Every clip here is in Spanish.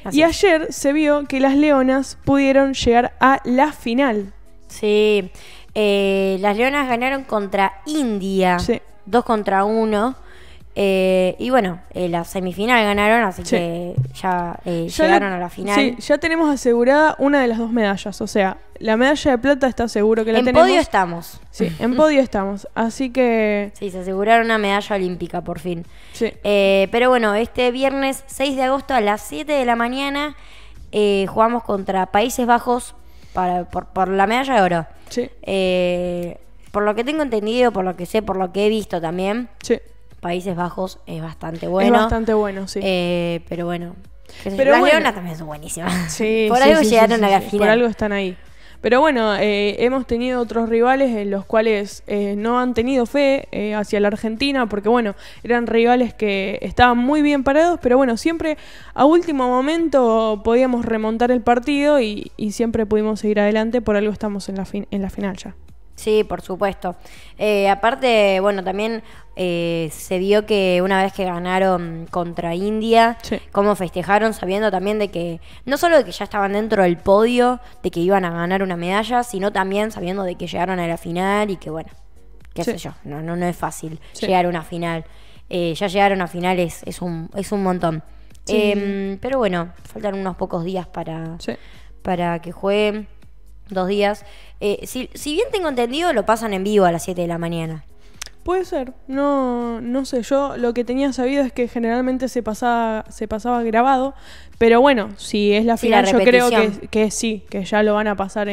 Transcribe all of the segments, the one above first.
Y ayer se vio que las Leonas pudieron llegar a la final. Sí, las Leonas ganaron contra India, 2-1. Y bueno, la semifinal ganaron, así que ya llegaron a la final. Sí, ya tenemos asegurada una de las 2 medallas. O sea, la medalla de plata está seguro que la tenemos. En podio estamos. Sí, en podio estamos. Así que... Sí, se aseguraron una medalla olímpica por fin. Sí. Pero bueno, este viernes 6 de agosto a las 7 de la mañana jugamos contra Países Bajos por la medalla de oro. Sí. Por lo que tengo entendido, por lo que sé, por lo que he visto también... Sí. Países Bajos es bastante bueno. Es bastante bueno, sí. Pero bueno. Las Leonas también son buenísimas. Sí, por algo llegaron a la final. Por algo están ahí. Pero bueno, hemos tenido otros rivales en los cuales no han tenido fe hacia la Argentina, porque bueno, eran rivales que estaban muy bien parados, pero bueno, siempre a último momento podíamos remontar el partido y siempre pudimos seguir adelante, por algo estamos en la final ya. Sí, por supuesto. Aparte, bueno, también se vio que una vez que ganaron contra India, cómo festejaron sabiendo también de que, no solo de que ya estaban dentro del podio, de que iban a ganar una medalla, sino también sabiendo de que llegaron a la final y que bueno, qué sé yo, no es fácil llegar a una final. Ya llegar a una final es un montón. Sí. Pero bueno, faltan unos pocos días para que jueguen. 2 días. Si bien tengo entendido, lo pasan en vivo a las 7 de la mañana. Puede ser. No sé. Yo lo que tenía sabido es que generalmente se pasaba grabado. Pero bueno, si es la final, yo creo que sí, que ya lo van a pasar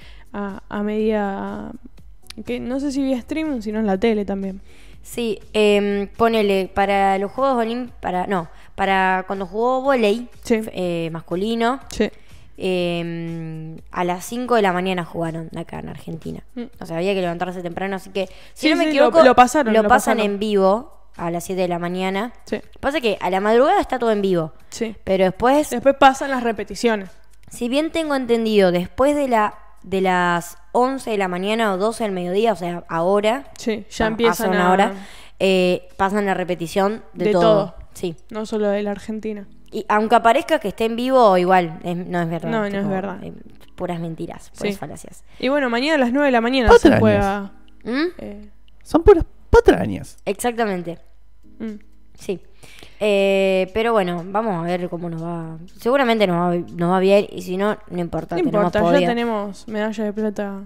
a medida... que no sé si vía streaming, sino en la tele también. Sí, ponele, para los Juegos Olímpicos... para cuando jugó vóley masculino... Sí. A las 5 de la mañana jugaron acá en Argentina. O sea, había que levantarse temprano, así que si no me equivoco, lo pasan en vivo a las 7 de la mañana. Sí. Pasa que a la madrugada está todo en vivo. Sí. Pero después pasan las repeticiones. Si bien tengo entendido, después de las 11 de la mañana o 12 del mediodía, o sea, ahora. Sí, ya empiezan ahora. Pasan la repetición de todo. Sí. No solo de la Argentina. Y aunque aparezca que esté en vivo, igual no es verdad. No es verdad. Puras mentiras, puras falacias. Y bueno, mañana a las 9 de la mañana se juega. Son puras patrañas. Exactamente. Sí. Pero bueno, vamos a ver cómo nos va. Seguramente nos va bien y si no importa. No importa, ya tenemos medalla de plata